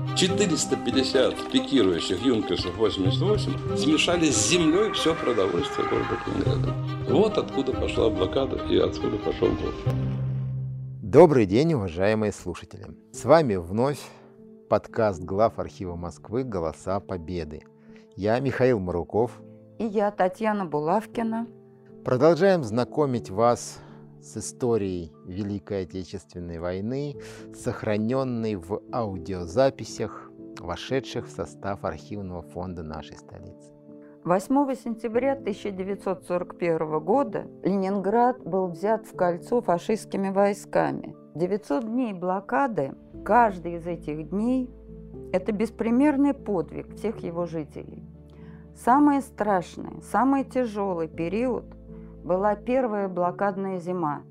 450 пикирующих юнкерсов 88 смешали с землей все продовольствие города Калининграда. Вот откуда пошла блокада и откуда пошел голод. Добрый день, уважаемые слушатели! С вами вновь подкаст глав архива Москвы «Голоса Победы». Я Михаил Маруков. И я, Татьяна Булавкина. Продолжаем знакомить вас с историей Великой Отечественной войны, сохраненной в аудиозаписях, вошедших в состав архивного фонда нашей столицы. 8 сентября 1941 года Ленинград был взят в кольцо фашистскими войсками. 900 дней блокады, каждый из этих дней – это беспримерный подвиг всех его жителей. Самый страшный, самый тяжелый период была первая блокадная зима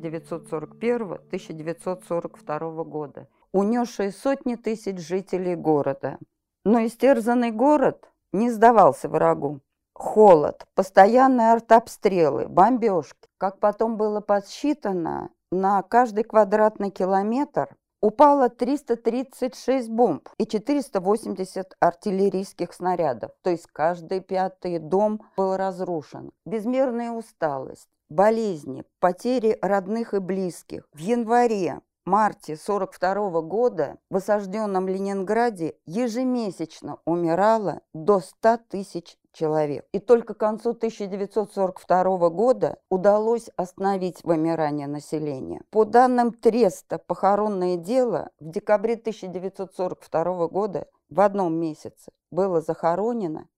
1941-1942 года, унесшая сотни тысяч жителей города. Но истерзанный город не сдавался врагу. Холод, постоянные артобстрелы, бомбежки. Как потом было подсчитано, на каждый квадратный километр упало 336 бомб и 480 артиллерийских снарядов. То есть каждый пятый дом был разрушен. Безмерная усталость, болезни, потери родных и близких. В январе-марте 1942 года в осажденном Ленинграде ежемесячно умирало до 100 тысяч человек. И только к концу 1942 года удалось остановить вымирание населения. По данным Треста, похоронное дело в декабре 1942 года в одном месяце было захоронено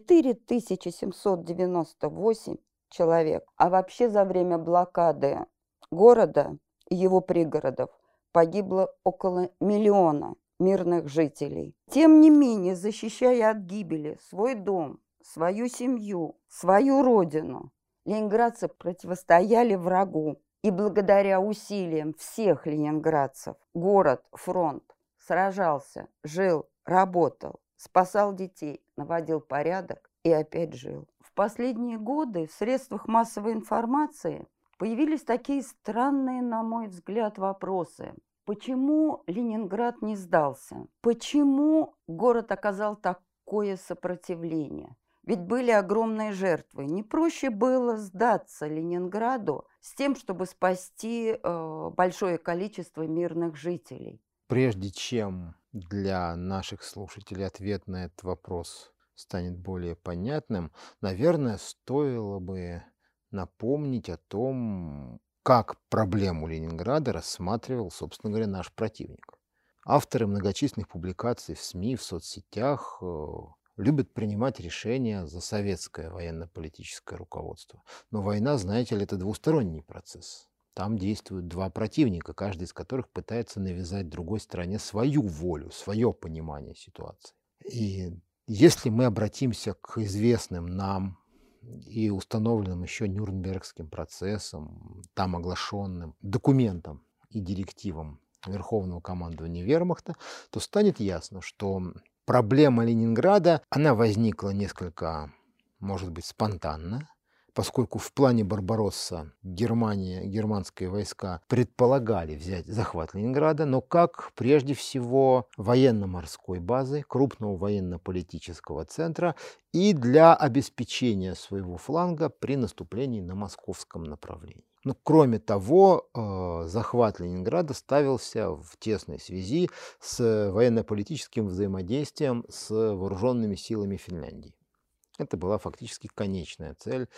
4798 человек. А вообще за время блокады города и его пригородов погибло около 1 миллиона мирных жителей. Тем не менее, защищая от гибели свой дом, свою семью, свою родину, ленинградцы противостояли врагу. И благодаря усилиям всех ленинградцев город, фронт сражался, жил, работал, спасал детей, наводил порядок и опять жил. В последние годы в средствах массовой информации появились такие странные, на мой взгляд, вопросы. Почему Ленинград не сдался? Почему город оказал такое сопротивление? Ведь были огромные жертвы. Не проще было сдаться Ленинграду с тем, чтобы спасти большое количество мирных жителей? Прежде чем для наших слушателей ответ на этот вопрос станет более понятным, наверное, стоило бы напомнить о том, как проблему Ленинграда рассматривал, собственно говоря, наш противник. Авторы многочисленных публикаций в СМИ, в соцсетях любят принимать решения за советское военно-политическое руководство. Но война, знаете ли, это двусторонний процесс. Там действуют два противника, каждый из которых пытается навязать другой стороне свою волю, свое понимание ситуации. И если мы обратимся к известным нам и установленным еще Нюрнбергским процессом, там оглашенным документам и директивам Верховного командования Вермахта, то станет ясно, что проблема Ленинграда, она возникла несколько, может быть, спонтанно, поскольку в плане Барбаросса германские войска предполагали взять захват Ленинграда, но как прежде всего военно-морской базы, крупного военно-политического центра и для обеспечения своего фланга при наступлении на московском направлении. Но, кроме того, захват Ленинграда ставился в тесной связи с военно-политическим взаимодействием с вооруженными силами Финляндии. Это была фактически конечная цель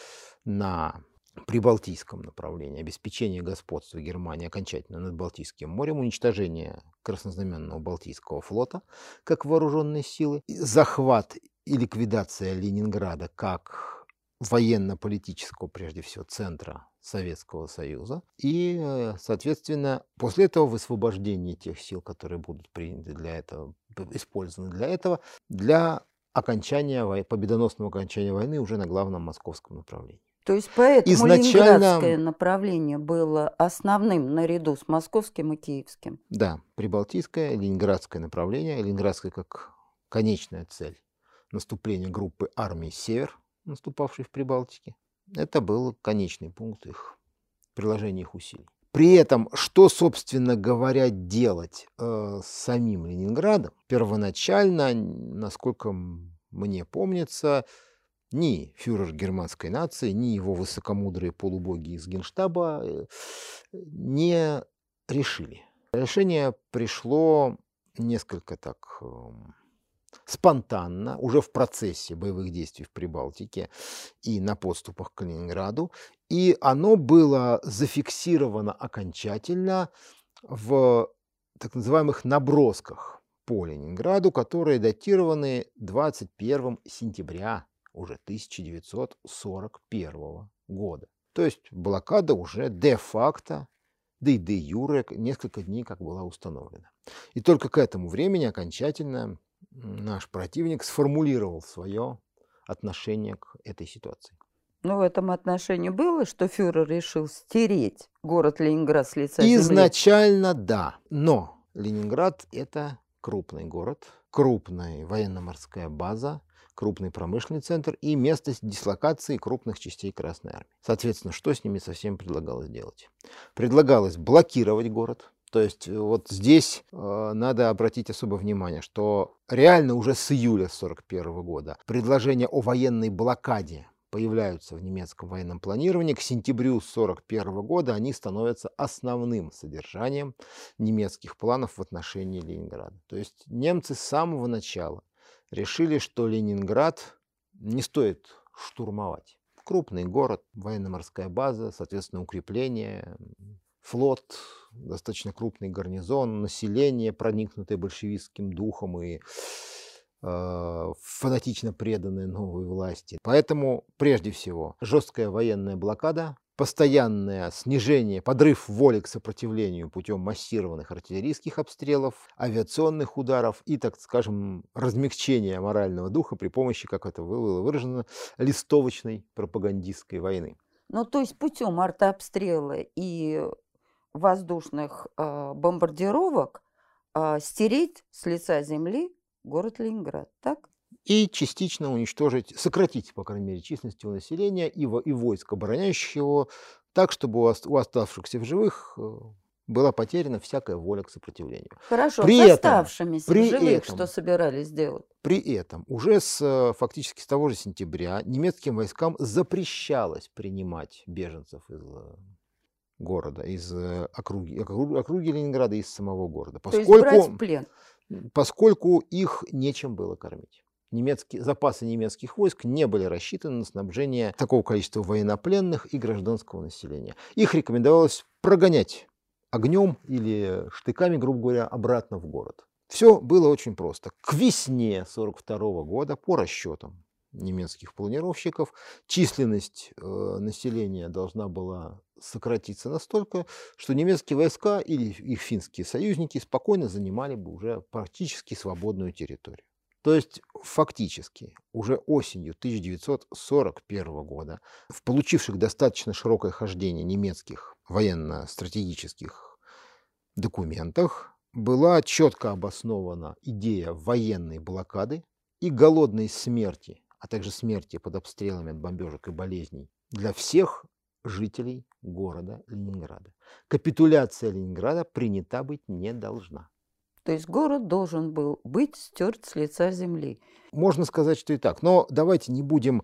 на прибалтийском направлении, обеспечение господства Германии окончательно над Балтийским морем, уничтожение краснознаменного Балтийского флота как вооруженной силы, захват и ликвидация Ленинграда как военно-политического, прежде всего, центра Советского Союза. И, соответственно, после этого высвобождение тех сил, которые будут приняты для этого, использованы для этого, для победоносного окончания войны уже на главном московском направлении. То есть поэтому ленинградское направление было основным наряду с московским и киевским? Да, прибалтийское, ленинградское направление, ленинградское как конечная цель наступления группы армий «Север», наступавшей в Прибалтике. Это был конечный пункт приложения их усилий. При этом, что, собственно говоря, делать с самим Ленинградом, первоначально, насколько мне помнится, ни фюрер германской нации, ни его высокомудрые полубоги из Генштаба не решили. Решение пришло несколько так спонтанно, уже в процессе боевых действий в Прибалтике и на подступах к Калининграду, и оно было зафиксировано окончательно в так называемых набросках по Ленинграду, которые датированы 21 сентября уже 1941 года. То есть блокада уже де-факто, да и де-юре несколько дней как была установлена. И только к этому времени окончательно наш противник сформулировал свое отношение к этой ситуации. Ну, в этом отношении было, что фюрер решил стереть город Ленинград с лица земли? Изначально да, но Ленинград – это крупный город, крупная военно-морская база, крупный промышленный центр и место дислокации крупных частей Красной Армии. Соответственно, что с ними совсем предлагалось делать? Предлагалось блокировать город. То есть вот здесь надо обратить особое внимание, что реально уже с июля 1941 года предложения о военной блокаде появляются в немецком военном планировании. К сентябрю 1941 года они становятся основным содержанием немецких планов в отношении Ленинграда. То есть немцы с самого начала решили, что Ленинград не стоит штурмовать. Крупный город, военно-морская база, соответственно, укрепления, флот, достаточно крупный гарнизон, население, проникнутое большевистским духом и фанатично преданное новой власти. Поэтому, прежде всего, жесткая военная блокада, постоянное снижение, подрыв воли к сопротивлению путем массированных артиллерийских обстрелов, авиационных ударов и, так скажем, размягчение морального духа при помощи, как это было выражено, листовочной пропагандистской войны. Ну, то есть путем артобстрела и воздушных бомбардировок стереть с лица земли город Ленинград, так? И частично уничтожить, сократить, по крайней мере, численность его населения и войск, обороняющих его, так, чтобы у оставшихся в живых была потеряна всякая воля к сопротивлению. Хорошо, с оставшимися в живых что собирались делать? При этом уже фактически с того же сентября немецким войскам запрещалось принимать беженцев из города, из округи Ленинграда, из самого города. То есть брать в плен? Поскольку их нечем было кормить. Запасы немецких войск не были рассчитаны на снабжение такого количества военнопленных и гражданского населения. Их рекомендовалось прогонять огнем или штыками, грубо говоря, обратно в город. Все было очень просто. К весне 1942 года, по расчетам немецких планировщиков, численность населения должна была сократиться настолько, что немецкие войска или их финские союзники спокойно занимали бы уже практически свободную территорию. То есть фактически уже осенью 1941 года в получивших достаточно широкое хождение немецких военно-стратегических документах была четко обоснована идея военной блокады и голодной смерти, а также смерти под обстрелами от бомбежек и болезней для всех жителей города Ленинграда. Капитуляция Ленинграда принята быть не должна. То есть город должен был быть стерт с лица земли. Можно сказать, что и так. Но давайте не будем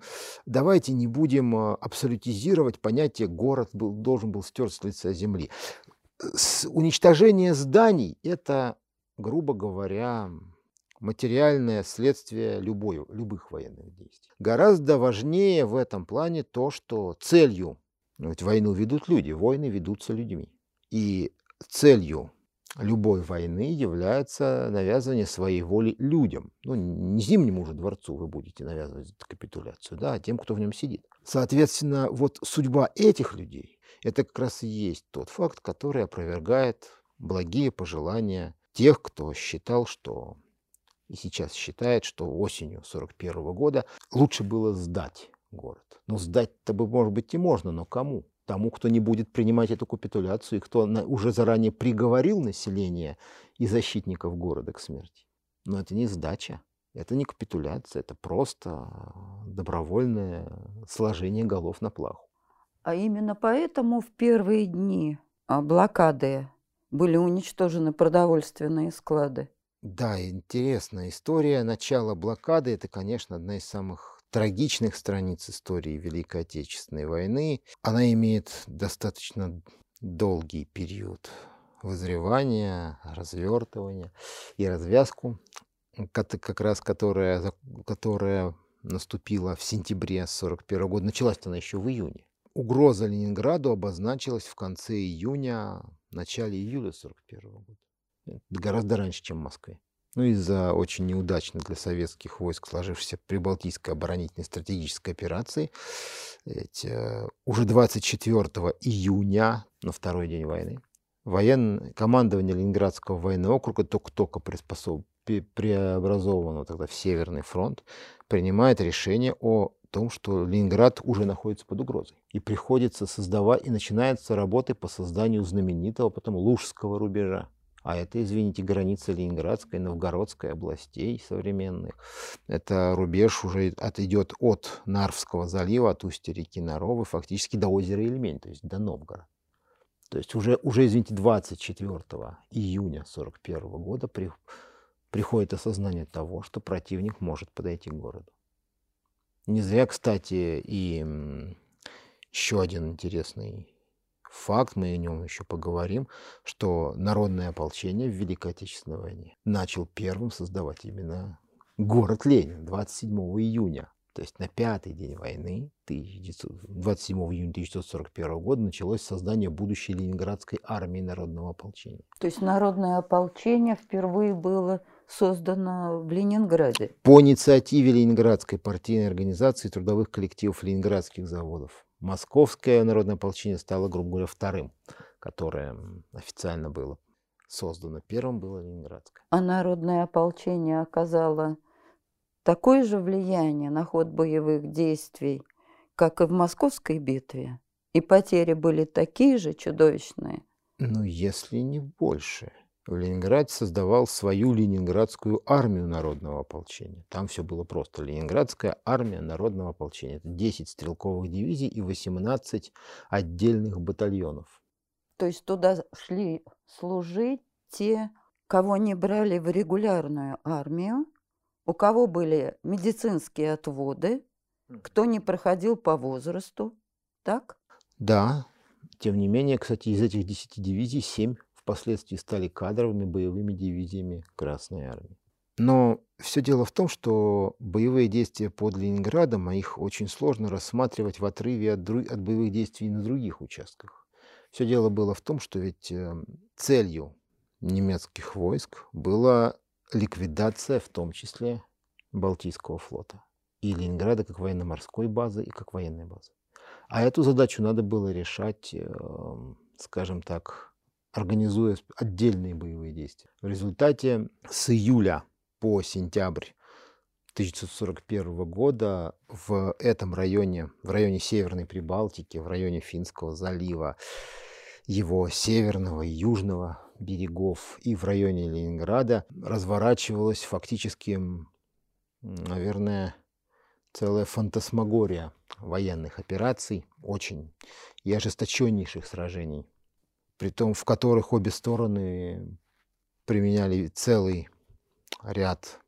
абсолютизировать понятие «город должен был стерт с лица земли». Уничтожение зданий – это, грубо говоря, материальное следствие любых военных действий. Гораздо важнее в этом плане то, что целью, ведь войну ведут люди, войны ведутся людьми. И целью любой войны является навязывание своей воли людям. Не Зимнему же дворцу вы будете навязывать капитуляцию, а тем, кто в нем сидит. Соответственно, вот судьба этих людей – это как раз и есть тот факт, который опровергает благие пожелания тех, кто считал, что и сейчас считает, что осенью 1941 года лучше было сдать город. Сдать-то бы, может быть, и можно, но кому? Тому, кто не будет принимать эту капитуляцию и кто уже заранее приговорил население и защитников города к смерти. Но это не сдача, это не капитуляция, это просто добровольное сложение голов на плаху. А именно поэтому в первые дни блокады были уничтожены продовольственные склады. Да, интересная история. Начало блокады — это, конечно, одна из самых трагичных страниц истории Великой Отечественной войны. Она имеет достаточно долгий период вызревания, развертывания и развязку, как раз которая наступила в сентябре 1941 года. Началась она еще в июне. Угроза Ленинграду обозначилась в конце июня, начале июля 1941 года. Гораздо раньше, чем в Москве. Ну, из-за очень неудачной для советских войск сложившейся Прибалтийской оборонительной стратегической операции, уже 24 июня, на второй день войны, командование Ленинградского военного округа, только преобразованного тогда в Северный фронт, принимает решение о том, что Ленинград уже находится под угрозой. И приходится создавать, и начинаются работы по созданию знаменитого потом Лужского рубежа. А это, извините, граница Ленинградской, Новгородской областей современных. Это рубеж уже идет от Нарвского залива, от устья реки Наровы, фактически до озера Ильмень, то есть до Новгорода. То есть уже извините, 24 июня 1941 года приходит осознание того, что противник может подойти к городу. Не зря, кстати, и еще один интересный факт, мы о нем еще поговорим, что народное ополчение в Великой Отечественной войне начал первым создавать именно город Ленин 27 июня. То есть на пятый день войны, 27 июня 1941 года, началось создание будущей Ленинградской армии народного ополчения. То есть народное ополчение впервые было создано в Ленинграде? По инициативе Ленинградской партийной организации трудовых коллективов ленинградских заводов. Московское народное ополчение стало, грубо говоря, вторым, которое официально было создано. Первым было Ленинградское. А народное ополчение оказало такое же влияние на ход боевых действий, как и в Московской битве? И потери были такие же чудовищные? Ну, если не больше. В Ленинграде создавал свою Ленинградскую армию народного ополчения. Там все было просто. Ленинградская армия народного ополчения. Это 10 стрелковых дивизий и 18 отдельных батальонов. То есть туда шли служить те, кого не брали в регулярную армию, у кого были медицинские отводы, кто не проходил по возрасту, так? Да. Тем не менее, кстати, из этих 10 дивизий 7 впоследствии стали кадровыми боевыми дивизиями Красной Армии. Но все дело в том, что боевые действия под Ленинградом, а их очень сложно рассматривать в отрыве от боевых действий на других участках. Все дело было в том, что ведь целью немецких войск была ликвидация, в том числе, Балтийского флота. И Ленинграда как военно-морской базы, и как военной базы. А эту задачу надо было решать, скажем так, организуя отдельные боевые действия. В результате с июля по сентябрь 1941 года в этом районе, в районе Северной Прибалтики, в районе Финского залива, его северного и южного берегов и в районе Ленинграда разворачивалась фактически, наверное, целая фантасмагория военных операций, очень и ожесточеннейших сражений, притом в которых обе стороны применяли целый ряд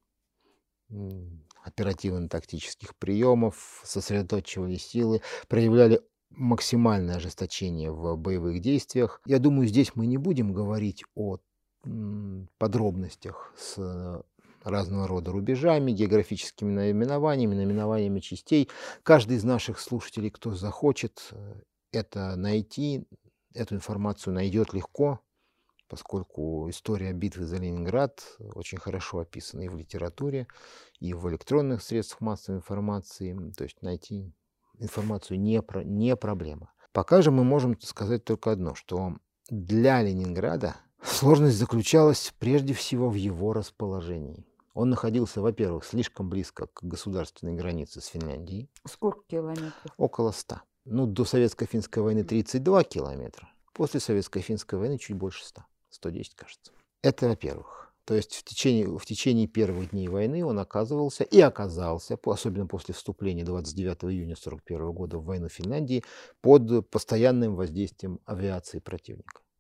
оперативно-тактических приемов, сосредоточивали силы, проявляли максимальное ожесточение в боевых действиях. Я думаю, здесь мы не будем говорить о подробностях с разного рода рубежами, географическими наименованиями частей. Каждый из наших слушателей, кто захочет это найти, эту информацию найдет легко, поскольку история битвы за Ленинград очень хорошо описана и в литературе, и в электронных средствах массовой информации. То есть найти информацию не проблема. Пока же мы можем сказать только одно, что для Ленинграда сложность заключалась прежде всего в его расположении. Он находился, во-первых, слишком близко к государственной границе с Финляндией. Сколько километров? Около 100. Ну, до Советско-финской войны 32 километра. После Советско-финской войны чуть больше 100. 110, кажется. Это во-первых. То есть в течение первых дней войны он оказался, особенно после вступления 29 июня 1941 года в войну Финляндии, под постоянным воздействием авиации противника.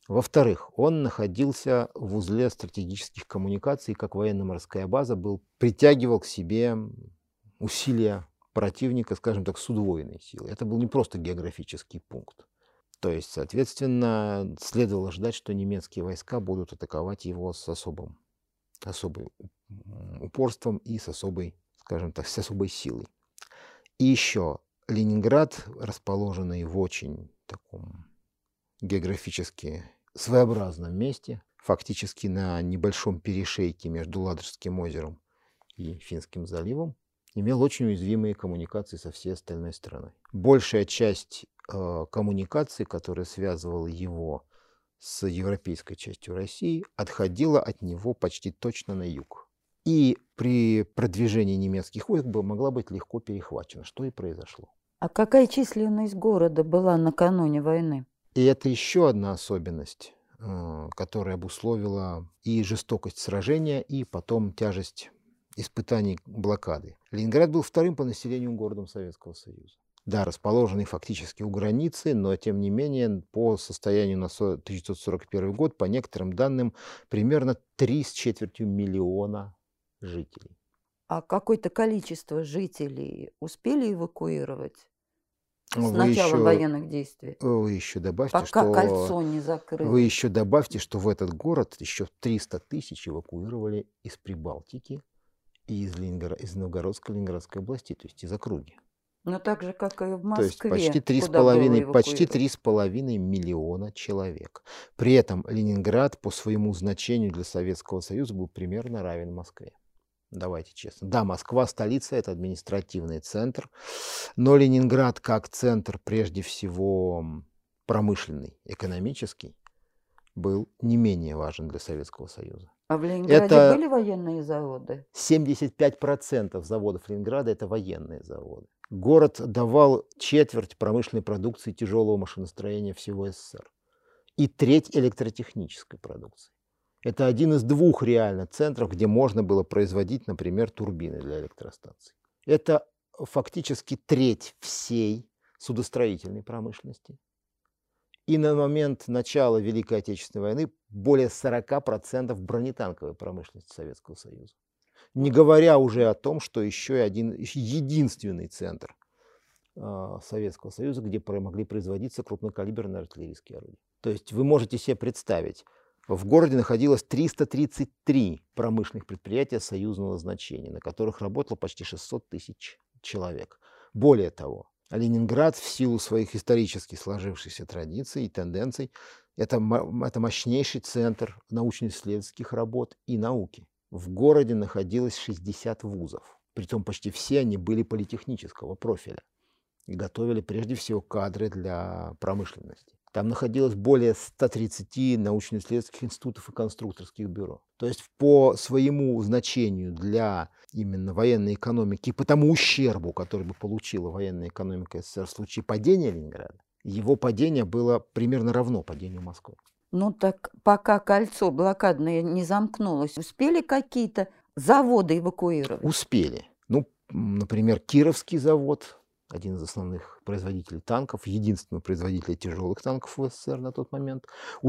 Во-вторых, он находился в узле стратегических коммуникаций, как военно-морская база, притягивал к себе усилия противника, скажем так, с удвоенной силой. Это был не просто географический пункт. То есть, соответственно, следовало ждать, что немецкие войска будут атаковать его с особым упорством и с особой, скажем так, с особой силой. И еще Ленинград, расположенный в очень таком географически своеобразном месте, фактически на небольшом перешейке между Ладожским озером и Финским заливом, имел очень уязвимые коммуникации со всей остальной страной. Большая часть коммуникаций, которая связывала его с европейской частью России, отходила от него почти точно на юг. И при продвижении немецких войск могла быть легко перехвачена, что и произошло. А какая численность города была накануне войны? И это еще одна особенность, которая обусловила и жестокость сражения, и потом тяжесть испытаний блокады. Ленинград был вторым по населению городом Советского Союза. Да, расположенный фактически у границы, но тем не менее по состоянию на 1941 год, по некоторым данным, примерно 3,25 миллиона жителей. А какое-то количество жителей успели эвакуировать с Вы началом еще, военных действий? вы еще добавьте, Пока кольцо не закрылось. Вы еще добавьте, что в этот город еще 300 тысяч эвакуировали из Прибалтики и из Новгородской, Ленинградской области, то есть из округи. Но так же, как и в То есть Москве, почти куда было 3,5 миллиона человек. При этом Ленинград по своему значению для Советского Союза был примерно равен Москве. Давайте честно. Да, Москва столица, это административный центр, но Ленинград как центр прежде всего промышленный, экономический, был не менее важен для Советского Союза. А в Ленинграде были военные заводы? 75% заводов Ленинграда – это военные заводы. Город давал четверть промышленной продукции тяжелого машиностроения всего СССР и треть электротехнической продукции. Это один из двух реально центров, где можно было производить, например, турбины для электростанций. Это фактически треть всей судостроительной промышленности. И на момент начала Великой Отечественной войны более 40% бронетанковой промышленности Советского Союза. Не говоря уже о том, что еще единственный центр Советского Союза, где могли производиться крупнокалиберные артиллерийские орудия. То есть вы можете себе представить, в городе находилось 333 промышленных предприятия союзного значения, на которых работало почти 600 тысяч человек. Более того, Ленинград в силу своих исторически сложившихся традиций и тенденций это мощнейший центр научно-исследовательских работ и науки. В городе находилось 60 вузов, притом почти все они были политехнического профиля и готовили прежде всего кадры для промышленности. Там находилось более 130 научно-исследовательских институтов и конструкторских бюро. То есть по своему значению для именно военной экономики и по тому ущербу, который бы получила военная экономика СССР в случае падения Ленинграда, его падение было примерно равно падению Москвы. Ну так пока кольцо блокадное не замкнулось, успели какие-то заводы эвакуировать? Успели. Ну, например, Кировский завод, один из основных производителей танков, единственный производитель тяжелых танков в СССР на тот момент,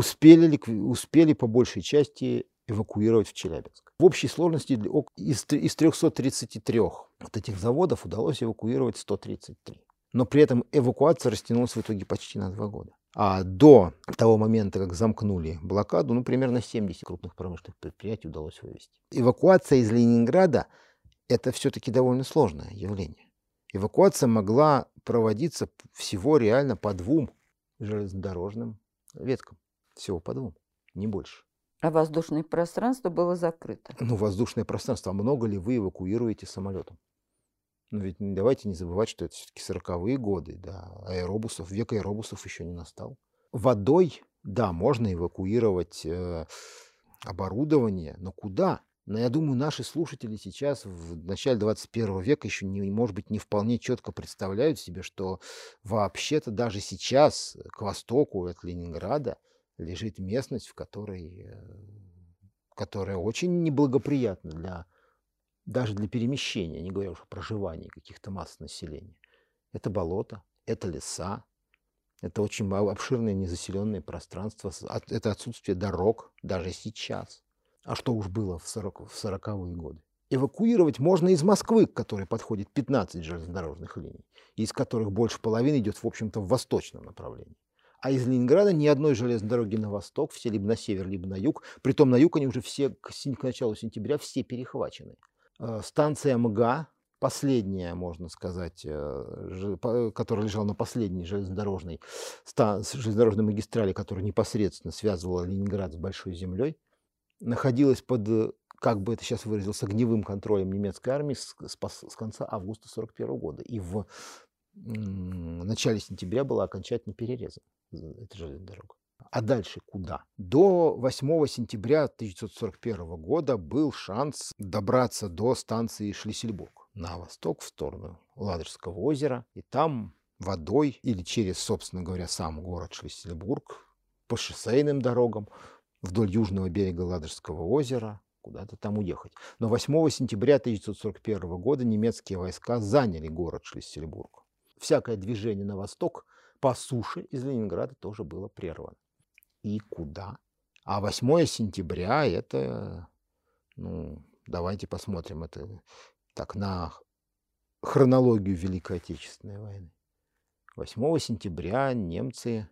успели по большей части эвакуировать в Челябинск. В общей сложности из 333 вот этих заводов удалось эвакуировать 133. Но при этом эвакуация растянулась в итоге почти на 2 года. А до того момента, как замкнули блокаду, примерно 70 крупных промышленных предприятий удалось вывести. Эвакуация из Ленинграда – это все-таки довольно сложное явление. Эвакуация могла проводиться всего реально по 2 железнодорожным веткам. Всего по 2, не больше. А воздушное пространство было закрыто? Воздушное пространство. А много ли вы эвакуируете самолетом? Ведь давайте не забывать, что это все-таки 40-е годы, да, век аэробусов еще не настал. Водой, да, можно эвакуировать оборудование, но куда? Но я думаю, наши слушатели сейчас, в начале 21 века, еще, может быть, не вполне четко представляют себе, что вообще-то даже сейчас к востоку от Ленинграда лежит местность, которая очень неблагоприятна даже для перемещения, не говоря уж о проживании каких-то масс населения. Это болото, это леса, Это очень обширные незаселенные пространства, это отсутствие дорог даже сейчас. А что уж было в 40-е годы. Эвакуировать можно из Москвы, к которой подходит 15 железнодорожных линий, из которых больше половины идет, в общем-то, в восточном направлении. А из Ленинграда ни одной железной дороги на восток, все либо на север, либо на юг. Притом на юг они уже все к началу сентября все перехвачены. Станция МГА, последняя, можно сказать, которая лежала на последней железнодорожной магистрали, которая непосредственно связывала Ленинград с Большой землей, находилась под, как бы это сейчас выразился, огневым контролем немецкой армии с конца августа 1941 года. И в начале сентября была окончательно перерезана эта железная дорога. А дальше куда? До 8 сентября 1941 года был шанс добраться до станции Шлиссельбург на восток, в сторону Ладожского озера. И там водой или через, собственно говоря, сам город Шлиссельбург по шоссейным дорогам вдоль южного берега Ладожского озера куда-то там уехать. Но 8 сентября 1941 года немецкие войска заняли город Шлиссельбург. Всякое движение на восток по суше из Ленинграда тоже было прервано. И куда? А 8 сентября это, давайте посмотрим, это так на хронологию Великой Отечественной войны. 8 сентября немцы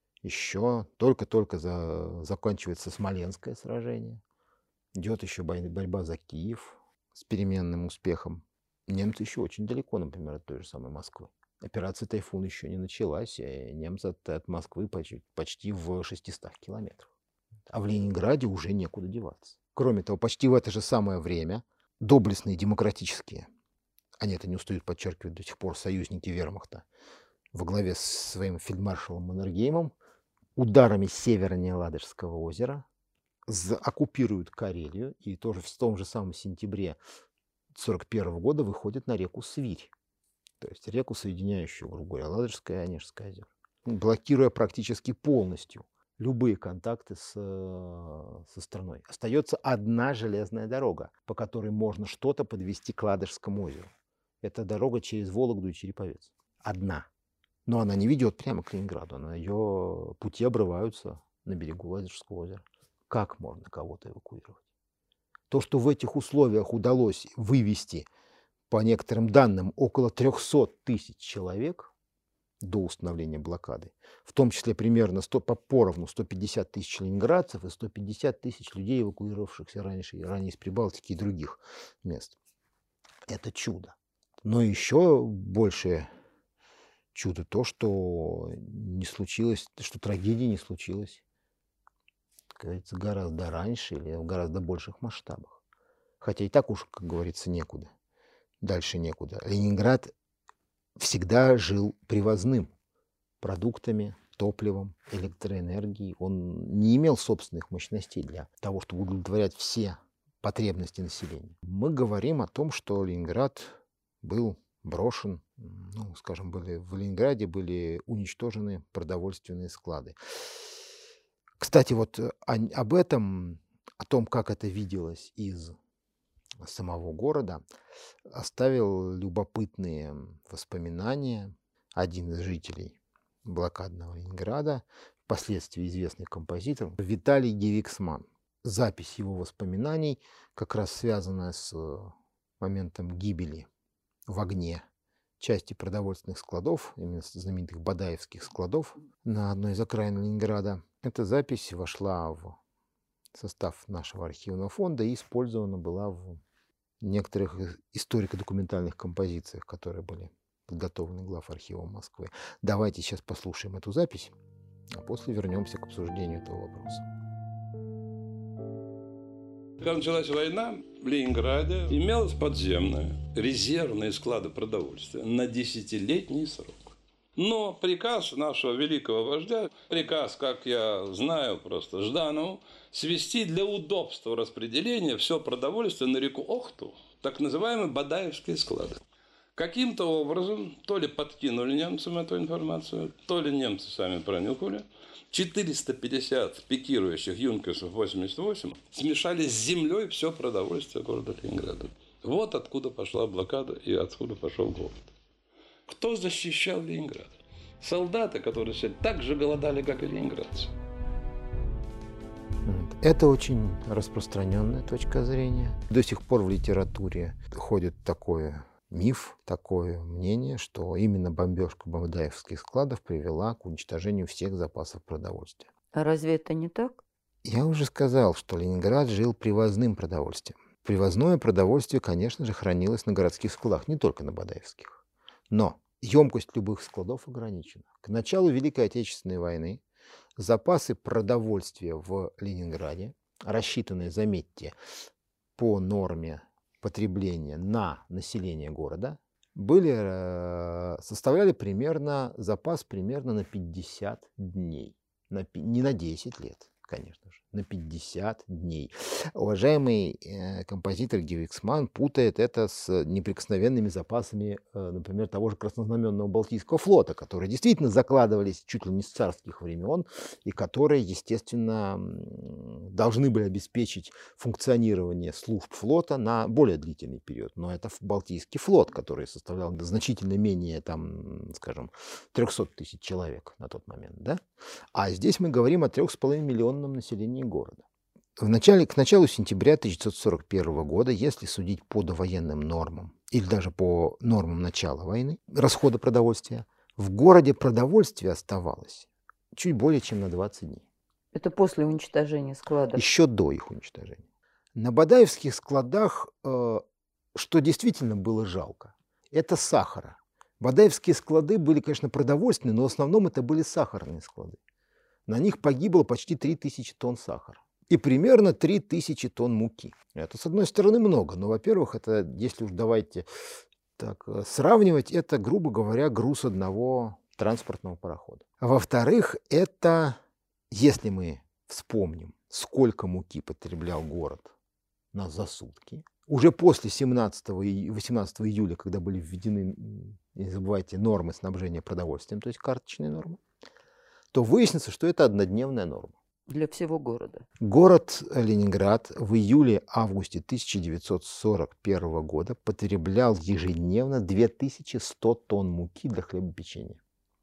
еще только-только заканчивается Смоленское сражение. Идет еще борьба за Киев с переменным успехом. Немцы еще очень далеко, например, от той же самой Москвы. Операция «Тайфун» еще не началась, и немцы от Москвы почти в 600 километрах. А в Ленинграде уже некуда деваться. Кроме того, почти в это же самое время доблестные демократические, они это не устают подчеркивать до сих пор, союзники вермахта во главе с своим фельдмаршалом Маннергеймом ударами севернее Ладожского озера оккупируют Карелию и тоже в том же самом сентябре 1941 года выходят на реку Свирь. То есть реку, соединяющую, грубо говоря, Ладожское и Онежское озеро, блокируя практически полностью любые контакты со страной. Остается одна железная дорога, по которой можно что-то подвести к Ладожскому озеру. Это дорога через Вологду и Череповец. Одна. Но она не ведет прямо к Ленинграду. Ее пути обрываются на берегу Ладожского озера. Как можно кого-то эвакуировать? То, что в этих условиях удалось вывести, по некоторым данным, около 300 тысяч человек до установления блокады, в том числе примерно поровну 150 тысяч ленинградцев и 150 тысяч людей, эвакуировавшихся ранее из Прибалтики и других мест. Это чудо. Но еще большее чудо то, что не случилось, что трагедия не случилась, как говорится, гораздо раньше или в гораздо больших масштабах. Хотя и так уж, как говорится, некуда. Дальше некуда. Ленинград всегда жил привозным продуктами, топливом, электроэнергией. Он не имел собственных мощностей для того, чтобы удовлетворять все потребности населения. Мы говорим о том, что Ленинград был брошен, скажем, в Ленинграде были уничтожены продовольственные склады. Кстати, вот об этом, о том, как это виделось из самого города, оставил любопытные воспоминания один из жителей блокадного Ленинграда, впоследствии известный композитор Виталий Гевиксман. Запись его воспоминаний как раз связана с моментом гибели в огне части продовольственных складов, именно знаменитых Бадаевских складов на одной из окраин Ленинграда. Эта запись вошла в состав нашего архивного фонда и использована была в некоторых историко-документальных композициях, которые были подготовлены главархивом Москвы. Давайте сейчас послушаем эту запись, а после вернемся к обсуждению этого вопроса. Когда началась война, в Ленинграде имелось подземные резервные склады продовольствия на 10-летний срок. Но приказ нашего великого вождя, приказ, как я знаю, просто Жданову, свести для удобства распределения все продовольствие на реку Охту, так называемые Бадаевские склады. Каким-то образом то ли подкинули немцам эту информацию, то ли немцы сами пронюхали. 450 пикирующих юнкерсов 88 смешали с землей все продовольствие города Ленинграда. Вот откуда пошла блокада и откуда пошел голод. Кто защищал Ленинград? солдаты, которые так же голодали, как и ленинградцы. Это очень распространенная точка зрения. До сих пор в литературе ходит такой миф, такое мнение, что именно бомбежка бамбаевских складов привела к уничтожению всех запасов продовольствия. А разве это не так? Я уже сказал, что Ленинград жил привозным продовольствием. Привозное продовольствие, конечно же, хранилось на городских складах, не только на бадаевских. Но емкость любых складов ограничена. К началу Великой Отечественной войны запасы продовольствия в Ленинграде, рассчитанные, заметьте, по норме потребления на население города, составляли запас примерно на 50 дней. Не на 10 лет, конечно же, на 50 дней. Уважаемый композитор Гевиксман путает это с неприкосновенными запасами, например, того же краснознаменного Балтийского флота, которые действительно закладывались чуть ли не с царских времен и которые, естественно, должны были обеспечить функционирование служб флота на более длительный период. Но это Балтийский флот, который составлял значительно менее, скажем, 300 тысяч человек на тот момент. Да? А здесь мы говорим о 3,5-миллионном населении города. К началу сентября 1941 года, если судить по довоенным нормам или даже по нормам начала войны, расхода продовольствия, в городе продовольствие оставалось чуть более чем на 20 дней. Это после уничтожения складов? Еще до их уничтожения. На бадаевских складах, что действительно было жалко, это сахара. Бадаевские склады были, конечно, продовольственные, но в основном это были сахарные склады. На них погибло почти 3000 тонн сахара и примерно 3000 тонн муки. Это, с одной стороны, много, но, во-первых, это, если уж давайте так сравнивать, это, грубо говоря, груз одного транспортного парохода. Во-вторых, это, если мы вспомним, сколько муки потреблял город за сутки, уже после 17 и 18 июля, когда были введены, не забывайте, нормы снабжения продовольствием, то есть карточные нормы, то выяснится, что это однодневная норма. Для всего города. Город Ленинград в июле-августе 1941 года потреблял ежедневно 2100 тонн муки для хлебопечения.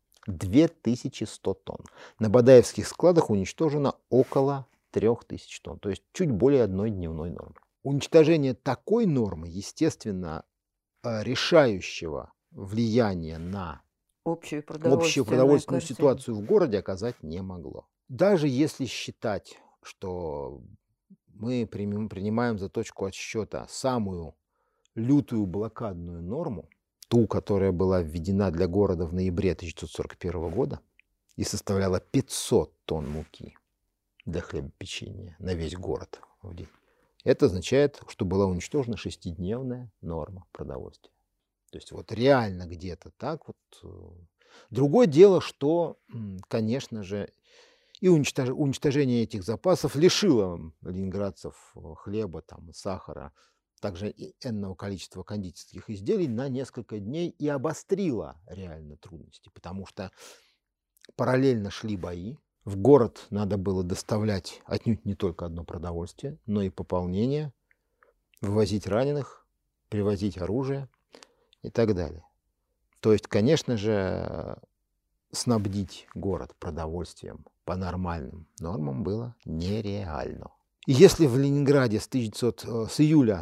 2100 тонн. На бадаевских складах уничтожено около 3000 тонн, то есть чуть более одной дневной нормы. Уничтожение такой нормы, естественно, решающего влияния на общую продовольственную ситуацию в городе оказать не могло. Даже если считать, что мы принимаем за точку отсчета самую лютую блокадную норму, ту, которая была введена для города в ноябре 1941 года и составляла 500 тонн муки для хлебопечения на весь город в день, это означает, что была уничтожена 6-дневная норма продовольствия. То есть вот реально где-то так вот. Другое дело, что, конечно же, и уничтожение этих запасов лишило ленинградцев хлеба, сахара, также и энного количества кондитерских изделий на несколько дней и обострило реально трудности, потому что параллельно шли бои. В город надо было доставлять отнюдь не только одно продовольствие, но и пополнение, вывозить раненых, привозить оружие и так далее. То есть, конечно же, снабдить город продовольствием по нормальным нормам было нереально. И если в Ленинграде с июля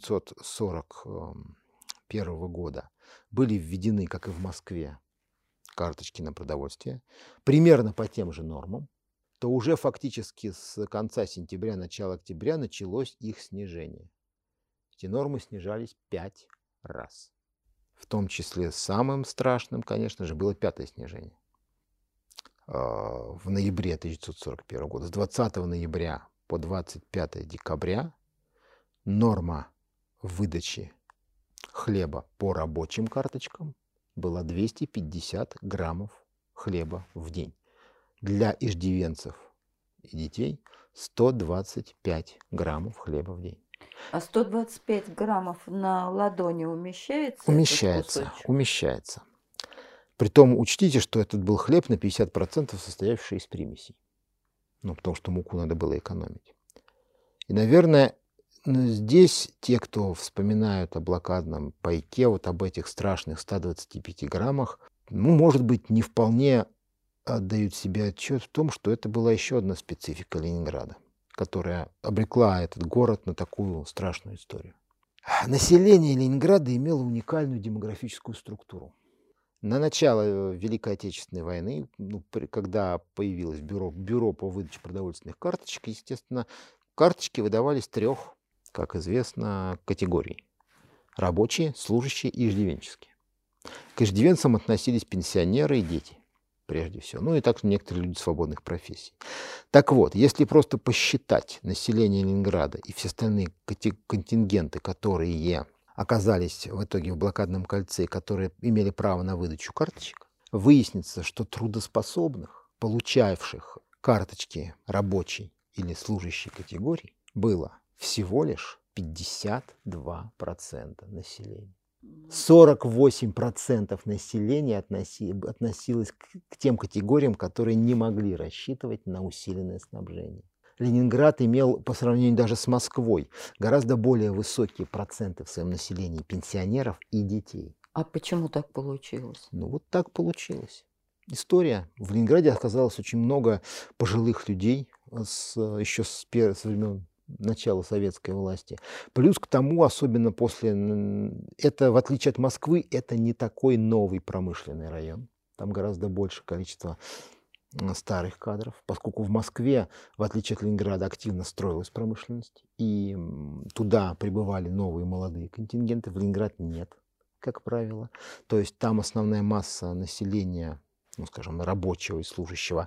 1941 года были введены, как и в Москве, карточки на продовольствие, примерно по тем же нормам, то уже фактически с конца сентября, начала октября началось их снижение. Эти нормы снижались 5 раз. В том числе самым страшным, конечно же, было 5-е снижение. В ноябре 1941 года, с 20 ноября по 25 декабря норма выдачи хлеба по рабочим карточкам была 250 граммов хлеба в день. Для иждивенцев и детей 125 граммов хлеба в день. А 125 граммов на ладони умещается? Умещается. Притом учтите, что этот был хлеб на 50% состоявший из примесей. Потому что муку надо было экономить. И, наверное, здесь те, кто вспоминают о блокадном пайке, вот об этих страшных 125 граммах, может быть, не вполне отдают себе отчет в том, что это была еще одна специфика Ленинграда, которая обрекла этот город на такую страшную историю. Население Ленинграда имело уникальную демографическую структуру. На начало Великой Отечественной войны, когда появилось бюро по выдаче продовольственных карточек, естественно, карточки выдавались 3, как известно, категорий: рабочие, служащие и иждивенческие. К иждивенцам относились пенсионеры и дети, прежде всего, и также некоторые люди свободных профессий. Так вот, если просто посчитать население Ленинграда и все остальные контингенты, которые оказались в итоге в блокадном кольце, которые имели право на выдачу карточек, выяснится, что трудоспособных, получавших карточки рабочей или служащей категории, было всего лишь 52% населения. 48% населения относилось к тем категориям, которые не могли рассчитывать на усиленное снабжение. Ленинград имел, по сравнению даже с Москвой, гораздо более высокие проценты в своем населении пенсионеров и детей. А почему так получилось? Вот так получилось. История. В Ленинграде оказалось очень много пожилых людей еще с времен начала советской власти. Плюс к тому, особенно это, в отличие от Москвы, это не такой новый промышленный район. Там гораздо больше количество старых кадров, поскольку в Москве, в отличие от Ленинграда, активно строилась промышленность, и туда прибывали новые молодые контингенты, в Ленинград нет, как правило. То есть там основная масса населения, скажем, рабочего и служащего,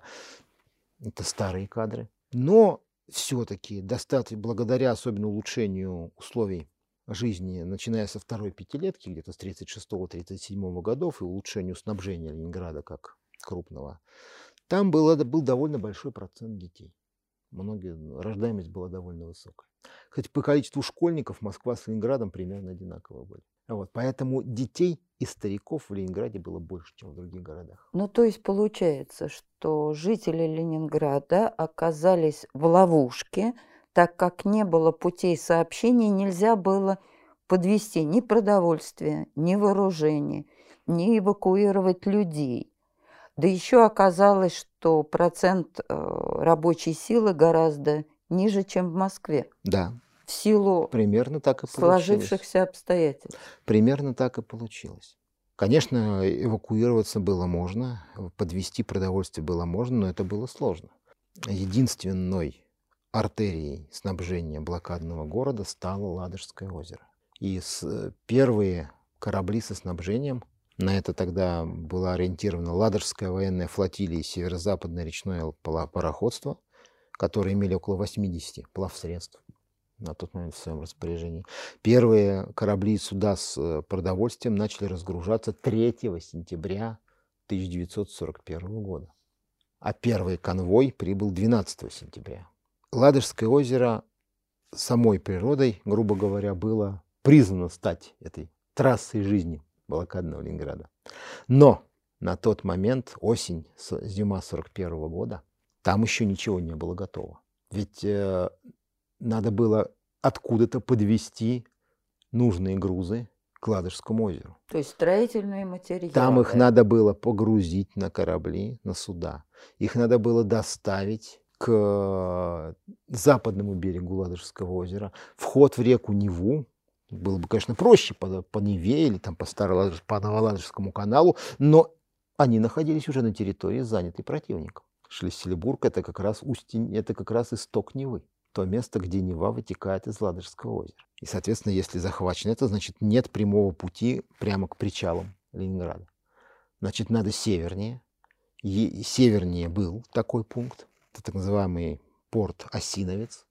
это старые кадры. Но все-таки благодаря особенно улучшению условий жизни, начиная со второй пятилетки, где-то с 1936-1937 годов, и улучшению снабжения Ленинграда как крупного, там был довольно большой процент детей. Рождаемость была довольно высокая. Хоть по количеству школьников Москва с Ленинградом примерно одинаково были. Поэтому детей и стариков в Ленинграде было больше, чем в других городах. То есть получается, что жители Ленинграда оказались в ловушке, так как не было путей сообщения, нельзя было подвезти ни продовольствие, ни вооружение, ни эвакуировать людей. Да еще оказалось, что процент рабочей силы гораздо ниже, чем в Москве. Да. В силу примерно так и сложившихся обстоятельств. Примерно так и получилось. Конечно, эвакуироваться было можно, подвезти продовольствие было можно, но это было сложно. Единственной артерией снабжения блокадного города стало Ладожское озеро. И первые корабли со снабжением, на это тогда была ориентирована Ладожская военная флотилия и северо-западное речное пароходство, которые имели около 80 плавсредств на тот момент в своем распоряжении. Первые корабли и суда с продовольствием начали разгружаться 3 сентября 1941 года. А первый конвой прибыл 12 сентября. Ладожское озеро самой природой, грубо говоря, было призвано стать этой трассой жизни блокадного Ленинграда. Но на тот момент, зима 1941 года, там еще ничего не было готово. Ведь надо было откуда-то подвезти нужные грузы к Ладожскому озеру. То есть строительные материалы. Там их надо было погрузить на корабли, на суда. Их надо было доставить к западному берегу Ладожского озера. Вход в реку Неву было бы, конечно, проще по Неве или по Новоладожскому каналу, но они находились уже на территории, занятой противником. Шлиссельбург — это как раз исток Невы. То место, где Нева вытекает из Ладожского озера. И, соответственно, если захвачено это, значит, нет прямого пути прямо к причалам Ленинграда. Значит, надо севернее. Севернее был такой пункт. Это так называемый порт Осиновец,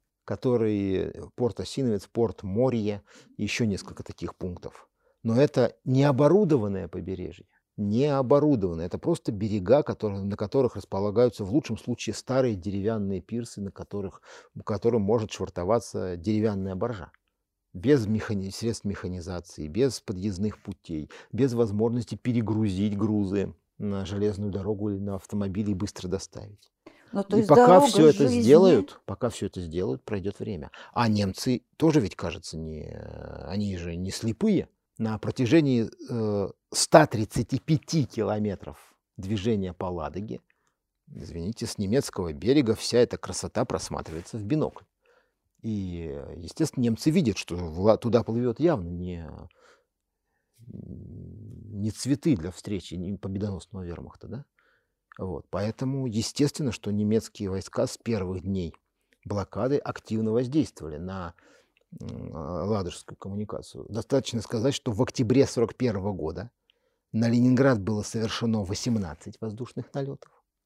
порт Морье, еще несколько таких пунктов. Но это не оборудованное побережье. Не оборудованные. Это просто берега, на которых располагаются в лучшем случае старые деревянные пирсы, к которым может швартоваться деревянная баржа. Без средств механизации, без подъездных путей, без возможности перегрузить грузы на железную дорогу или на автомобиль и быстро доставить. И пока все это сделают, пройдет время. А немцы тоже ведь, кажется, они же не слепые. На протяжении 135 километров движения по Ладоге, извините, с немецкого берега вся эта красота просматривается в бинокль. И, естественно, немцы видят, что туда плывет явно не цветы для встречи не победоносного вермахта, да? Вот. Поэтому, естественно, что немецкие войска с первых дней блокады активно воздействовали на Ладожскую коммуникацию. Достаточно сказать, что в октябре 1941 года на Ленинград было совершено 18 воздушных налетов,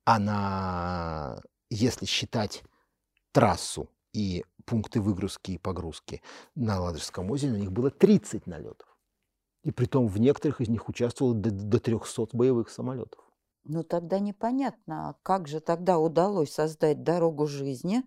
а если считать трассу и пункты выгрузки и погрузки на Ладожском озере, на них было 30 налетов. И притом в некоторых из них участвовало до 300 боевых самолетов. Но тогда непонятно, как же тогда удалось создать дорогу жизни,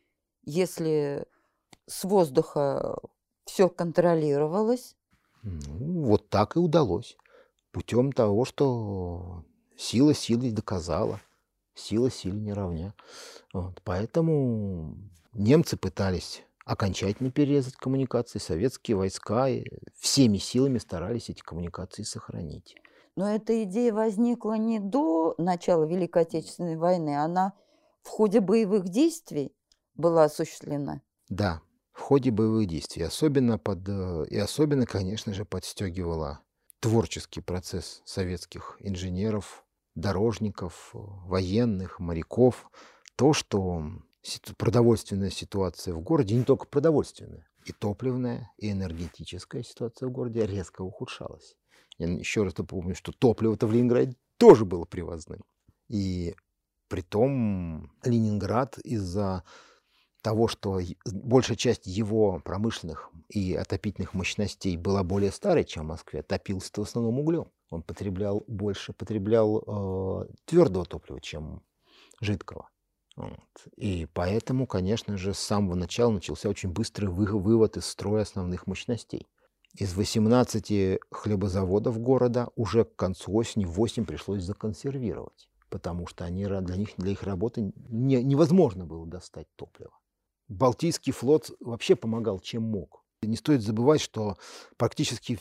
если с воздуха все контролировалось? Ну, вот так и удалось. Путем того, что сила силе доказала, сила силе не равня. Вот. Поэтому немцы пытались окончательно перерезать коммуникации, советские войска всеми силами старались эти коммуникации сохранить. Но эта идея возникла не до начала Великой Отечественной войны, она в ходе боевых действий была осуществлена. Да, в ходе боевых действий. Особенно, конечно же, подстегивала творческий процесс советских инженеров, дорожников, военных, моряков. То, что продовольственная ситуация в городе, не только продовольственная, и топливная, и энергетическая ситуация в городе резко ухудшалась. Я еще раз напомню, что топливо-то в Ленинграде тоже было привозным. И притом Ленинград из-за того, что большая часть его промышленных и отопительных мощностей была более старой, чем в Москве, топился в основном углем. Он больше потреблял твердого топлива, чем жидкого. Вот. И поэтому, конечно же, с самого начала начался очень быстрый вывод из строя основных мощностей. Из 18 хлебозаводов города уже к концу осени 8 пришлось законсервировать, потому что для их работы невозможно было достать топливо. Балтийский флот вообще помогал, чем мог. Не стоит забывать, что практически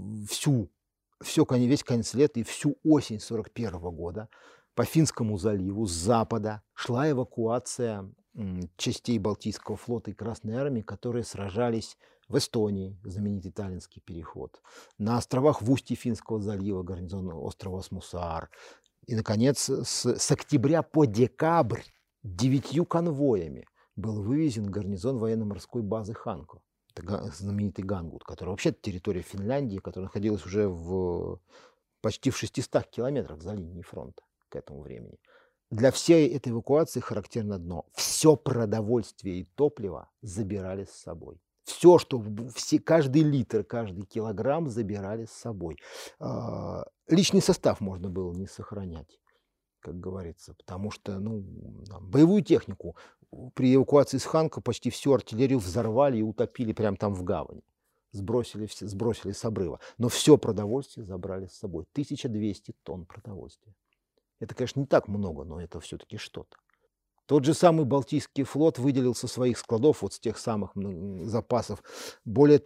весь конец лета и всю осень 1941 года по Финскому заливу с запада шла эвакуация частей Балтийского флота и Красной армии, которые сражались в Эстонии, знаменитый Таллинский переход, на островах в устье Финского залива, гарнизон острова Смусаар. И, наконец, с октября по декабрь 9 конвоями был вывезен гарнизон военно-морской базы Ханко, это знаменитый Гангут, который вообще-то территория Финляндии, которая находилась уже почти в 600 километрах за линией фронта к этому времени. Для всей этой эвакуации характерно одно: все продовольствие и топливо забирали с собой. Каждый литр, каждый килограмм забирали с собой. Личный состав можно было не сохранять, как говорится, потому что боевую технику при эвакуации с Ханко почти всю артиллерию взорвали и утопили прямо там в гавани. Сбросили с обрыва. Но все продовольствие забрали с собой. 1200 тонн продовольствия. Это, конечно, не так много, но это все-таки что-то. Тот же самый Балтийский флот выделил со своих складов, вот с тех самых запасов, более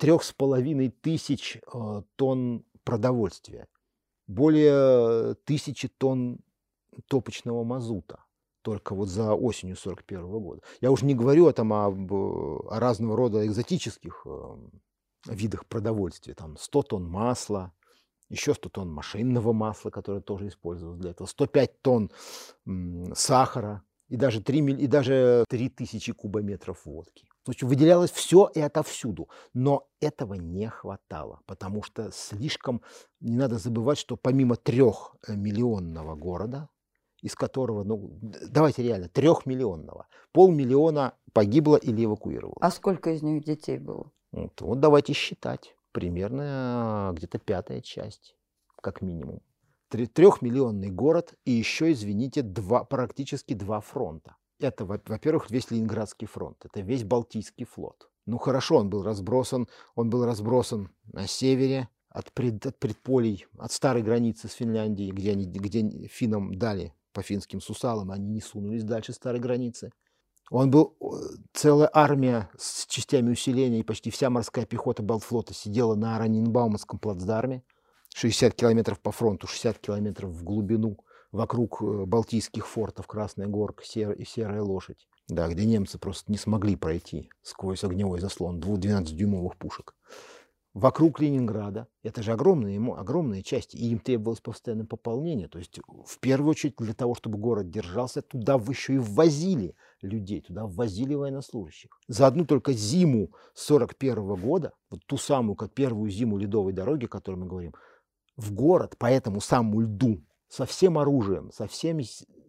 3500 тонн продовольствия, более 1000 тонн топочного мазута только вот за осенью 1941 года. Я уже не говорю о разного рода экзотических видах продовольствия. Там 100 тонн масла, еще 100 тонн машинного масла, которое тоже использовалось для этого, 105 тонн сахара и даже 3000 кубометров водки. В общем, выделялось все и отовсюду. Но этого не хватало, потому что не надо забывать, что помимо 3-миллионного города, из которого, давайте реально, 3-миллионного, 500 000 погибло или эвакуировалось. А сколько из них детей было? Вот давайте считать. Примерно где-то 1/5 часть, как минимум. 3-миллионный город и еще, извините, практически 2 фронта. Это, во-первых, весь Ленинградский фронт, это весь Балтийский флот. Хорошо, он был разбросан на севере, от предполей, от старой границы с Финляндией, где финнам дали по финским сусалам, они не сунулись дальше старой границы. Целая армия с частями усиления, и почти вся морская пехота Балтфлота сидела на Ораниенбаумском плацдарме. 60 километров по фронту, 60 километров в глубину, вокруг балтийских фортов Красная Горка и Серая Лошадь, да, где немцы просто не смогли пройти сквозь огневой заслон 12-дюймовых пушек. Вокруг Ленинграда, это же огромные части, и им требовалось постоянное пополнение. То есть в первую очередь для того, чтобы город держался, туда еще и ввозили людей, туда ввозили военнослужащих. За одну только зиму 1941 года, вот ту самую, как первую зиму Ледовой дороги, о которой мы говорим, в город по этому самому льду, со всем оружием, со всеми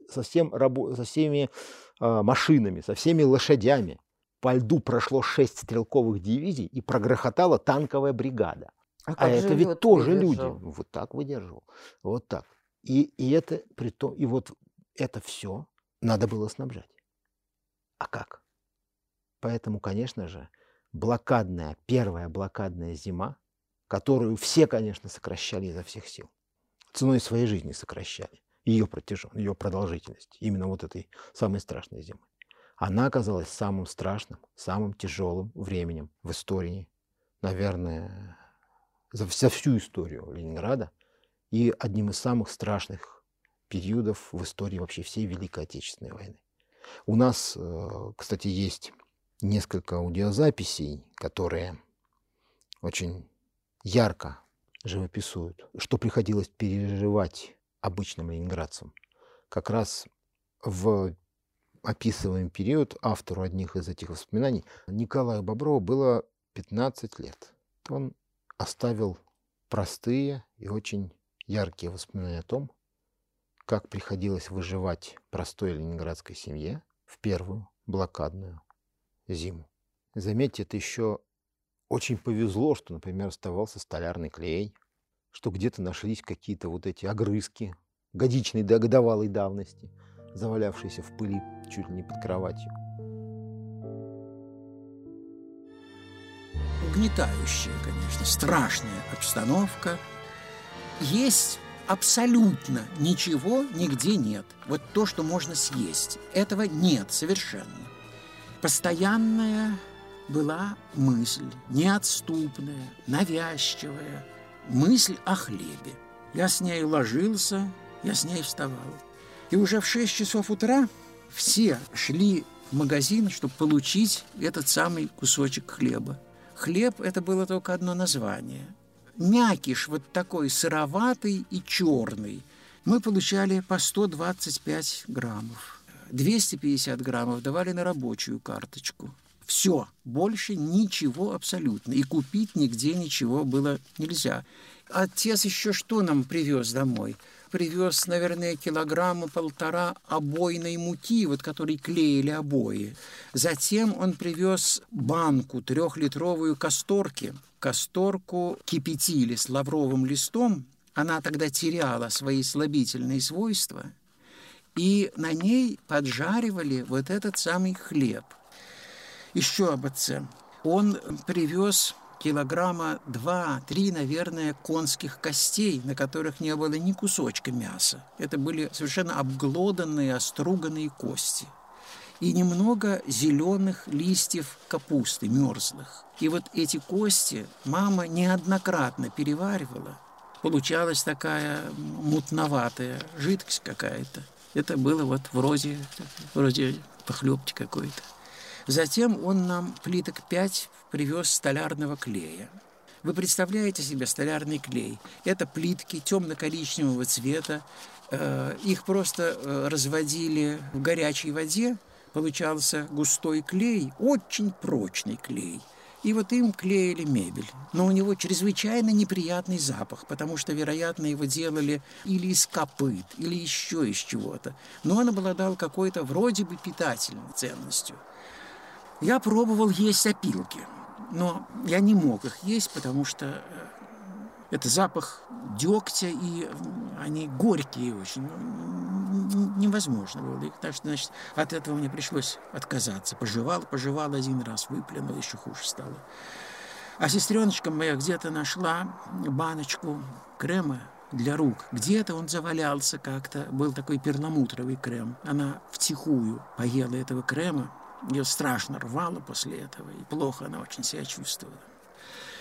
машинами, со всеми лошадями, по льду прошло 6 стрелковых дивизий и прогрохотала танковая бригада. А это ведь тоже люди. Вот так выдерживал. Вот так. И это притом, и вот это все надо было снабжать. А как? Поэтому, конечно же, первая блокадная зима, которую все, конечно, сокращали изо всех сил, ценой своей жизни сокращали ее продолжительность, именно вот этой самой страшной зимы. Она оказалась самым страшным, самым тяжелым временем в истории, наверное, за всю историю Ленинграда и одним из самых страшных периодов в истории вообще всей Великой Отечественной войны. У нас, кстати, есть несколько аудиозаписей, которые очень ярко живописуют, что приходилось переживать обычным ленинградцам. Как раз в описываем период автору одних из этих воспоминаний Николаю Боброву было 15 лет. Он оставил простые и очень яркие воспоминания о том, как приходилось выживать простой ленинградской семье в первую блокадную зиму. Заметьте, это еще очень повезло, что, например, оставался столярный клей, что где-то нашлись какие-то вот эти огрызки годичной, годовалой давности, завалявшиеся в пыли чуть ли не под кроватью. Угнетающая, конечно, страшная обстановка. Есть абсолютно ничего, нигде нет. Вот то, что можно съесть, этого нет совершенно. Постоянная была мысль, неотступная, навязчивая, мысль о хлебе. Я с ней ложился, я с ней вставал. И уже в 6 часов утра все шли в магазин, чтобы получить этот самый кусочек хлеба. Хлеб – это было только одно название. Мякиш вот такой сыроватый и черный. Мы получали по 125 граммов. 250 граммов давали на рабочую карточку. Все, больше ничего абсолютно. И купить нигде ничего было нельзя. Отец еще что нам привез домой? Привез, наверное, 1,5 килограмма обойной муки, вот которой клеили обои. Затем он привез банку 3-литровую касторки. Касторку кипятили с лавровым листом. Она тогда теряла свои слабительные свойства. И на ней поджаривали вот этот самый хлеб. Еще об отце. Он привез 2-3 килограмма, наверное, конских костей, на которых не было ни кусочка мяса. Это были совершенно обглоданные, оструганные кости. И немного зеленых листьев капусты, мерзлых. И вот эти кости мама неоднократно переваривала. Получалась такая мутноватая жидкость какая-то. Это было вот вроде похлебки какой-то. Затем он нам плиток 5 привез столярного клея. Вы представляете себе столярный клей? Это плитки темно-коричневого цвета. Их просто разводили в горячей воде. Получался густой клей, очень прочный клей. И вот им клеили мебель. Но у него чрезвычайно неприятный запах, потому что, вероятно, его делали или из копыт, или еще из чего-то. Но он обладал какой-то вроде бы питательной ценностью. Я пробовал есть опилки, но я не мог их есть, потому что это запах дегтя, и они горькие очень. Невозможно было. Так что, значит, от этого мне пришлось отказаться. Пожевал один раз, выплюнул, еще хуже стало. А сестреночка моя где-то нашла баночку крема для рук. Где-то он завалялся как-то. Был такой перламутровый крем. Она втихую поела этого крема. Ее страшно рвало после этого, и плохо она очень себя чувствовала.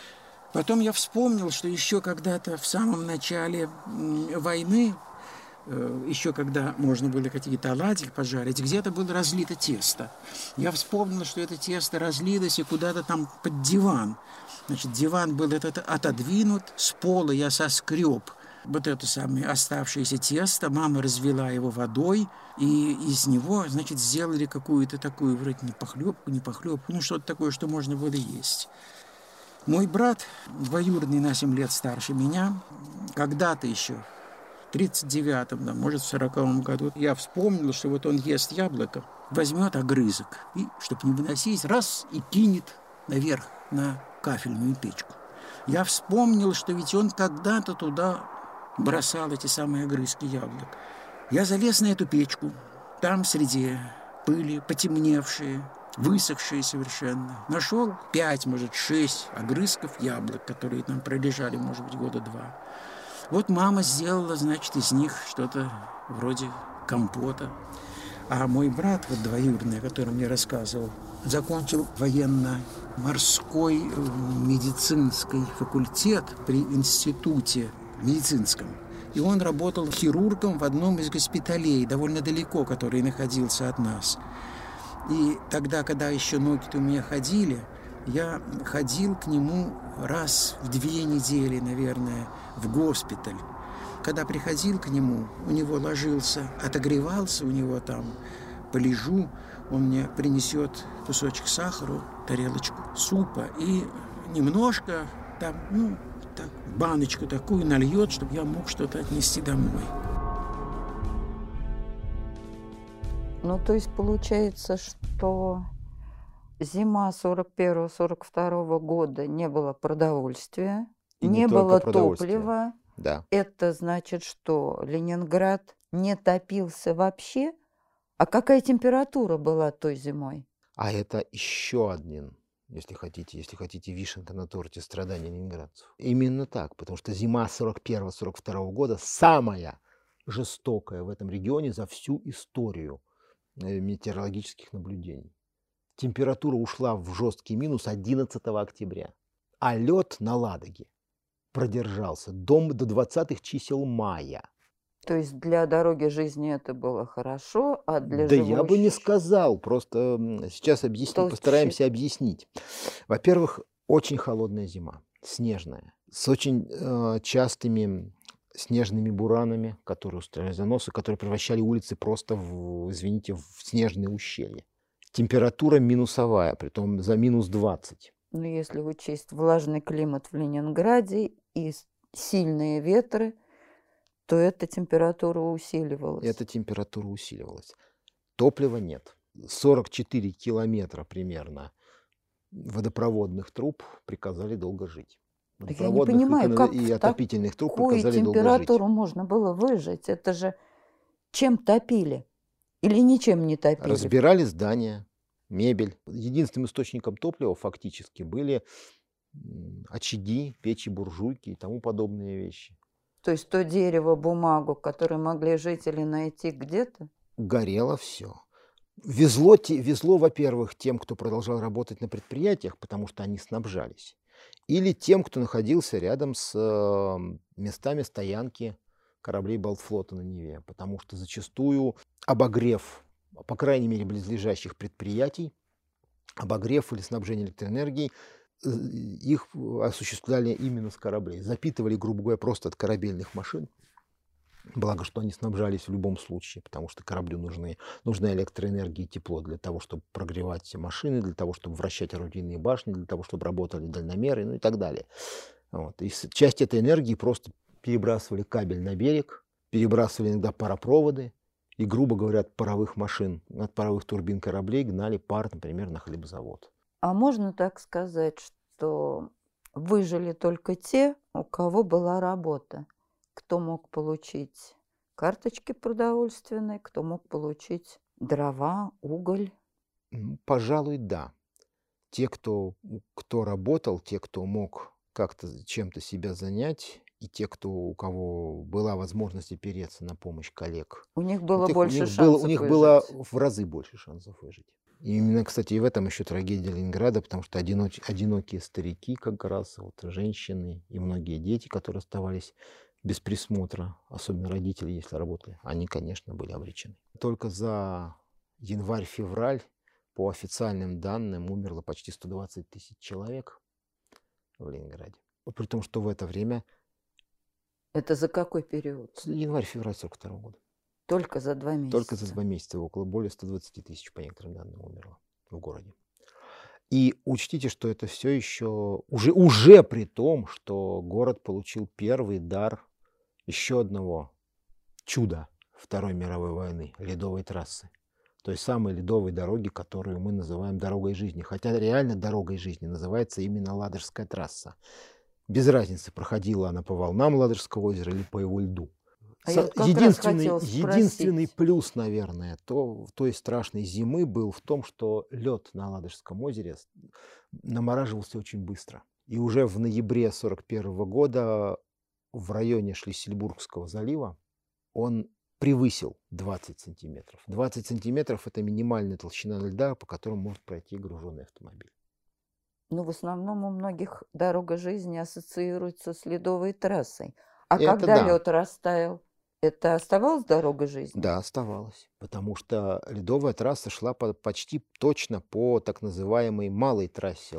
Потом я вспомнил, что еще когда-то в самом начале войны, еще когда можно было какие-то оладьи пожарить, где-то было разлито тесто. Я вспомнил, что это тесто разлилось и куда-то там под диван. Значит, диван был этот отодвинут, с пола я соскреб вот это самое оставшееся тесто, мама развела его водой, и из него, значит, сделали какую-то такую, вроде не похлебку, ну что-то такое, что можно было есть. Мой брат, двоюродный на 7 лет старше меня, когда-то еще, в 39-м, да, может, в 40-м году, я вспомнил, что вот он ест яблоко, возьмет огрызок и, чтобы не выносить, раз и кинет наверх на кафельную печку. Я вспомнил, что ведь он когда-то туда бросал эти самые огрызки яблок. Я залез на эту печку, там среди пыли, потемневшие, высохшие совершенно, нашел 5, может, 6 огрызков яблок, которые там пролежали, может быть, 2 года. Вот мама сделала, значит, из них что-то вроде компота. А мой брат, вот двоюродный, о котором я рассказывал, закончил военно-морской медицинский факультет при институте медицинском. И он работал хирургом в одном из госпиталей, довольно далеко, который находился от нас. И тогда, когда еще ноги-то у меня ходили, я ходил к нему раз в 2 недели, наверное, в госпиталь. Когда приходил к нему, у него ложился, отогревался у него там, полежу, он мне принесет кусочек сахара, тарелочку супа и немножко там, ну, так, баночку такую нальет, чтобы я мог что-то отнести домой. Ну, то есть получается, что зима 41-42 года не было продовольствия, И не только было продовольствия. топлива. Да. Это значит, что Ленинград не топился вообще? А какая температура была той зимой? А это еще один, если хотите, вишенка на торте страданий ленинградцев. Именно так, потому что зима 41-42 года самая жестокая в этом регионе за всю историю метеорологических наблюдений. Температура ушла в жесткий минус 11 октября, а лед на Ладоге продержался до 20-х чисел мая. То есть для дороги жизни это было хорошо, а для Да я бы не живущих- сказал, просто сейчас постараемся объяснить. Во-первых, очень холодная зима, снежная, с очень частыми снежными буранами, которые устраивали заносы, которые превращали улицы просто в снежные ущелья. Температура минусовая, притом за минус 20. Ну, если учесть влажный климат в Ленинграде и сильные ветры, то эта температура усиливалась. Эта температура усиливалась. Топлива нет. 44 километра примерно водопроводных труб приказали долго жить. Так я не понимаю, как и в отопительных труб такую приказали долго жить. температуру можно было выжить? Это же чем топили? Или ничем не топили? Разбирали здания, мебель. Единственным источником топлива фактически были очаги, печи, буржуйки и тому подобные вещи. То есть то дерево, бумагу, которые могли жители найти где-то? Горело все. Везло, во-первых, тем, кто продолжал работать на предприятиях, потому что они снабжались, или тем, кто находился рядом с местами стоянки кораблей Балтфлота на Неве, потому что зачастую обогрев, по крайней мере, близлежащих предприятий, обогрев или снабжение электроэнергией, их осуществляли именно с кораблей. Запитывали, грубо говоря, просто от корабельных машин. Благо, что они снабжались в любом случае, потому что кораблю нужна электроэнергия и тепло для того, чтобы прогревать машины, для того, чтобы вращать орудийные башни, для того, чтобы работали дальномеры, ну и так далее. Вот. И часть этой энергии просто перебрасывали кабель на берег, перебрасывали иногда паропроводы, и, грубо говоря, от паровых машин, от паровых турбин кораблей гнали пар, например, на хлебозавод. А можно так сказать, что выжили только те, у кого была работа? Кто мог получить карточки продовольственные, кто мог получить дрова, уголь? Пожалуй, да. Те, кто работал, те, кто мог как-то чем-то себя занять, и те, у кого была возможность опереться на помощь коллег. У них было больше шансов у них выжить. было в разы больше шансов выжить. И именно, кстати, и в этом еще трагедия Ленинграда, потому что одинокие старики, как раз, вот, женщины и многие дети, которые оставались без присмотра, особенно родители, если работали, они, конечно, были обречены. Только за январь-февраль, по официальным данным, умерло почти 120 тысяч человек в Ленинграде. При том, что в это время... Это за какой период? Январь-февраль 1942 года. Только за 2 месяца? Только за 2 месяца. Около более 120 тысяч, по некоторым данным, умерло в городе. И учтите, что это все еще... Уже при том, что город получил первый дар еще одного чуда Второй мировой войны — ледовой трассы. Той самой ледовой дороги, которую мы называем дорогой жизни. Хотя реально дорогой жизни называется именно Ладожская трасса. Без разницы, проходила она по волнам Ладожского озера или по его льду. Единственный плюс, наверное, той страшной зимы был в том, что лед на Ладожском озере намораживался очень быстро. И уже в ноябре 1941 года в районе Шлиссельбургского залива он превысил 20 сантиметров. 20 сантиметров – это минимальная толщина льда, по которой может пройти груженный автомобиль. Ну, в основном у многих дорога жизни ассоциируется с ледовой трассой. А Это когда да. лед растаял, это оставалась дорога жизни? Да, оставалось. Потому что ледовая трасса шла почти точно по так называемой малой трассе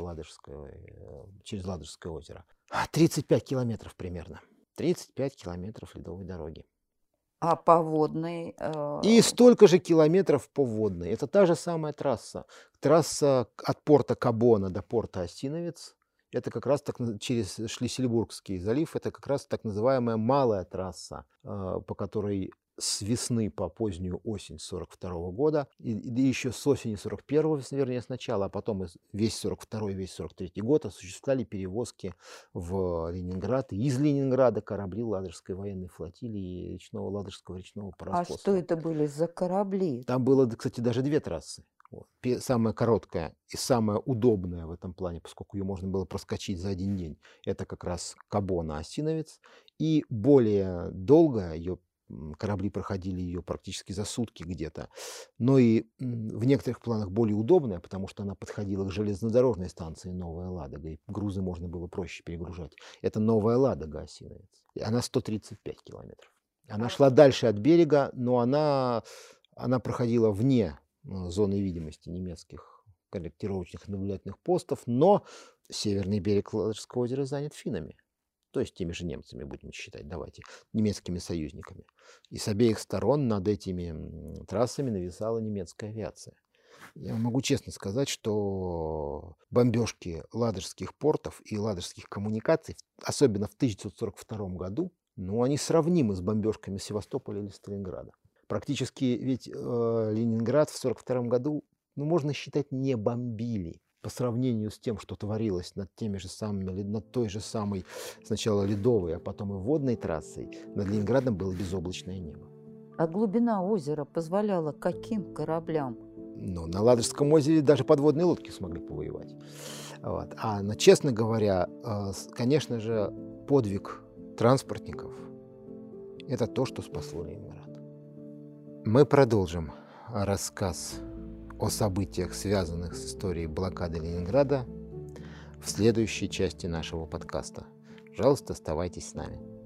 через Ладожское озеро. 35 километров примерно. 35 километров ледовой дороги. А по водной? И столько же километров по водной. Это та же самая трасса. Трасса от порта Кабона до порта Осиновец. Это как раз через Шлиссельбургский залив. Это как раз так называемая малая трасса, по которой с весны по позднюю осень 1942 года, и еще с осени 1941, вернее, сначала, а потом весь 1942 и весь 1943 год осуществляли перевозки в Ленинград и из Ленинграда корабли Ладожской военной флотилии и Ладожского речного пароходства. А что это были за корабли? Там было, кстати, даже 2 трассы. Самая короткая и самая удобная в этом плане, поскольку ее можно было проскочить за один день, это как раз Кабона-Осиновец. И более долгая, корабли проходили ее практически за сутки где-то, но и в некоторых планах более удобная, потому что она подходила к железнодорожной станции Новая Ладога, и грузы можно было проще перегружать. Это Новая Ладога-Осиновец. Она 135 километров. Она шла дальше от берега, но она проходила вне зоны видимости немецких корректировочных и наблюдательных постов, но северный берег Ладожского озера занят финнами. То есть теми же немцами, будем считать, давайте, немецкими союзниками. И с обеих сторон над этими трассами нависала немецкая авиация. Я могу честно сказать, что бомбежки ладожских портов и ладожских коммуникаций, особенно в 1942 году, они сравнимы с бомбежками Севастополя или Сталинграда. Практически ведь Ленинград в 1942 году, можно считать, не бомбили. По сравнению с тем, что творилось над той же самой сначала ледовой, а потом и водной трассой, над Ленинградом было безоблачное небо. А глубина озера позволяла каким кораблям? На Ладожском озере даже подводные лодки смогли повоевать. Но, честно говоря, конечно же, подвиг транспортников – это то, что спасло Ленинград. Мы продолжим рассказ о событиях, связанных с историей блокады Ленинграда, в следующей части нашего подкаста. Пожалуйста, оставайтесь с нами.